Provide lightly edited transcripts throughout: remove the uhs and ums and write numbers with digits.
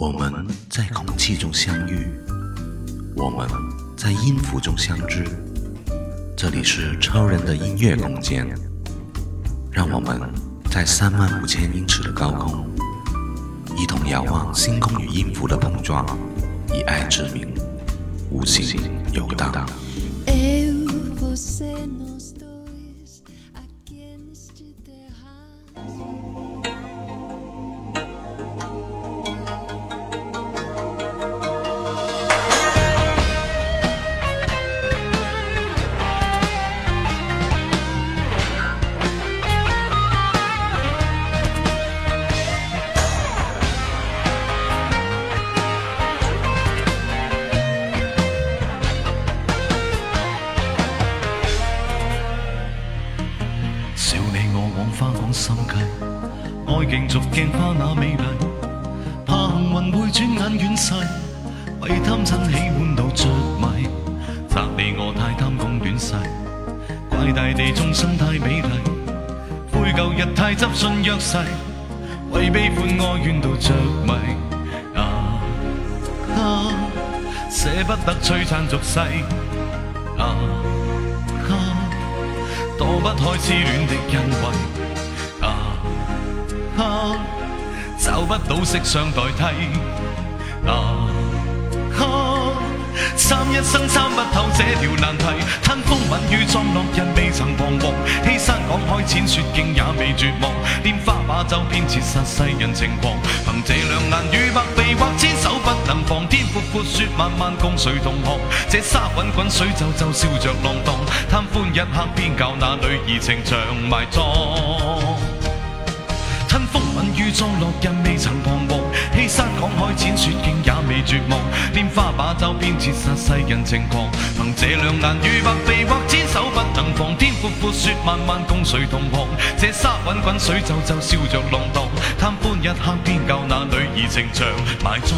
我们在空气中相遇，我们在音符中相知。这里是超人的音乐空间，让我们在35000英尺的高空，一同遥望星空与音符的碰撞，以爱之名，无形游荡。 笑你我往花港心計，愛競逐鏡花那美麗，怕幸運會轉眼遠逝，為貪親喜歡到着迷，責你我太貪功戀世，怪大地眾生太美麗，悔舊日太執信約誓，為悲歡哀怨到着迷，捨不得璀璨俗世，躲不開痴戀的欣慰，找不到色相代替，參一生參不透這條難題，吞風吻雨葬落人未曾彷徨，欺山趕海淺雪徑也未絕望，拈花把酒偏切殺世人情狂，憑這兩眼與百臂或千手不能防，天闊闊雪漫漫共誰同航，這沙滾滾水皺皺笑着浪蕩，貪歡一刻偏教那女兒情長埋葬，吞風吻雨葬落人未曾彷徨，欺山趕海淺雪徑也未絕望，拈花把酒偏切殺世人情狂，憑這兩眼與百臂或千手不能防，天闊闊雪漫漫共誰同航，這沙滾滾水皺皺笑着浪蕩，貪歡一刻偏教那女兒情長埋葬。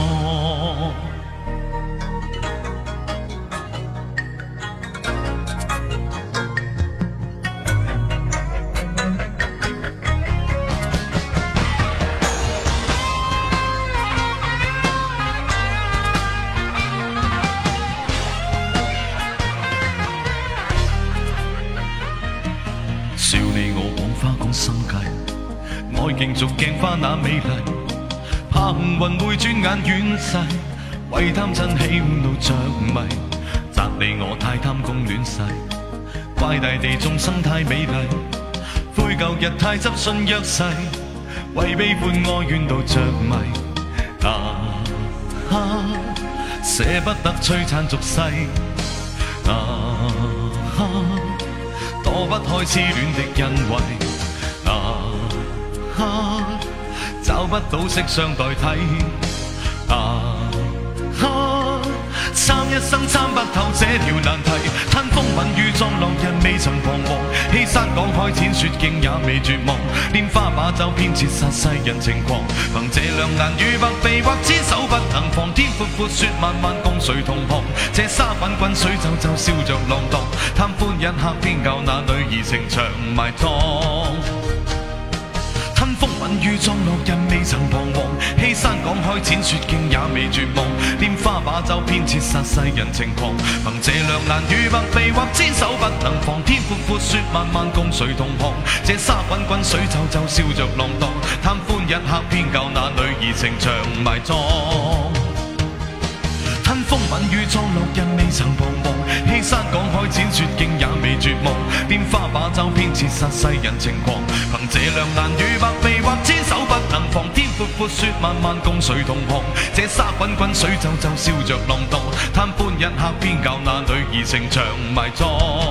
笑你我往花港心計，愛競逐鏡花那美麗，怕幸運會轉眼遠逝，為貪親喜歡到着迷，責你我太貪功戀世，怪大地眾生太美麗，悔舊日太執信約誓，為悲歡哀怨到着迷，捨不得璀璨俗世，躲不開痴戀的欣慰，找不到色相代替，參一生參不透這條難題，吞風吻雨葬落人未曾彷徨，欺山趕海淺雪徑也未絕望，拈花把酒偏切殺世人情狂，憑這兩眼與百臂或千手不能防，天闊闊雪漫漫共誰同航，這沙滾滾水皺皺笑着浪蕩，貪歡一刻偏教那女兒情長埋葬，吞風吻雨葬落人未曾彷徨，欺山趕海淺雪徑也未絕望，拈花把酒偏切殺世人情狂，憑這兩眼與百臂或千手不能防，天闊闊雪漫漫共誰同航，這沙滾滾水皺皺笑着浪蕩，貪歡一刻偏教那女兒情長埋葬，吞風吻雨葬落人未曾彷徨，欺山趕海淺雪徑也未絕望，拈花把酒偏切殺世人情狂，憑這兩眼與百臂或千手不能防，天闊闊雪漫漫共誰同航，這沙滾滾水皺皺笑着浪蕩，貪歡一刻偏教那女兒情長埋葬，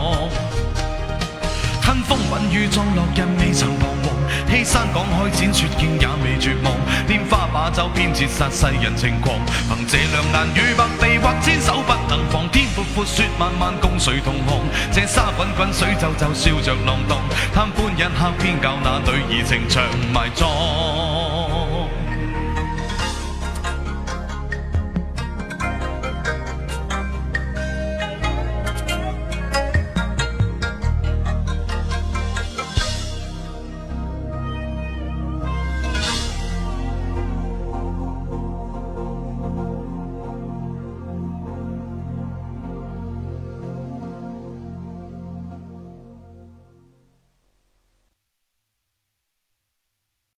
吞風吻雨葬落人未曾彷徨，欺山趕海淺雪徑也未絕望，拈花把酒偏切殺世人情狂，憑這兩眼與百臂或千手不能防，天闊闊雪漫漫共誰同航，這沙滾滾水皺皺笑着浪蕩，貪歡一刻偏教那女兒情長埋葬。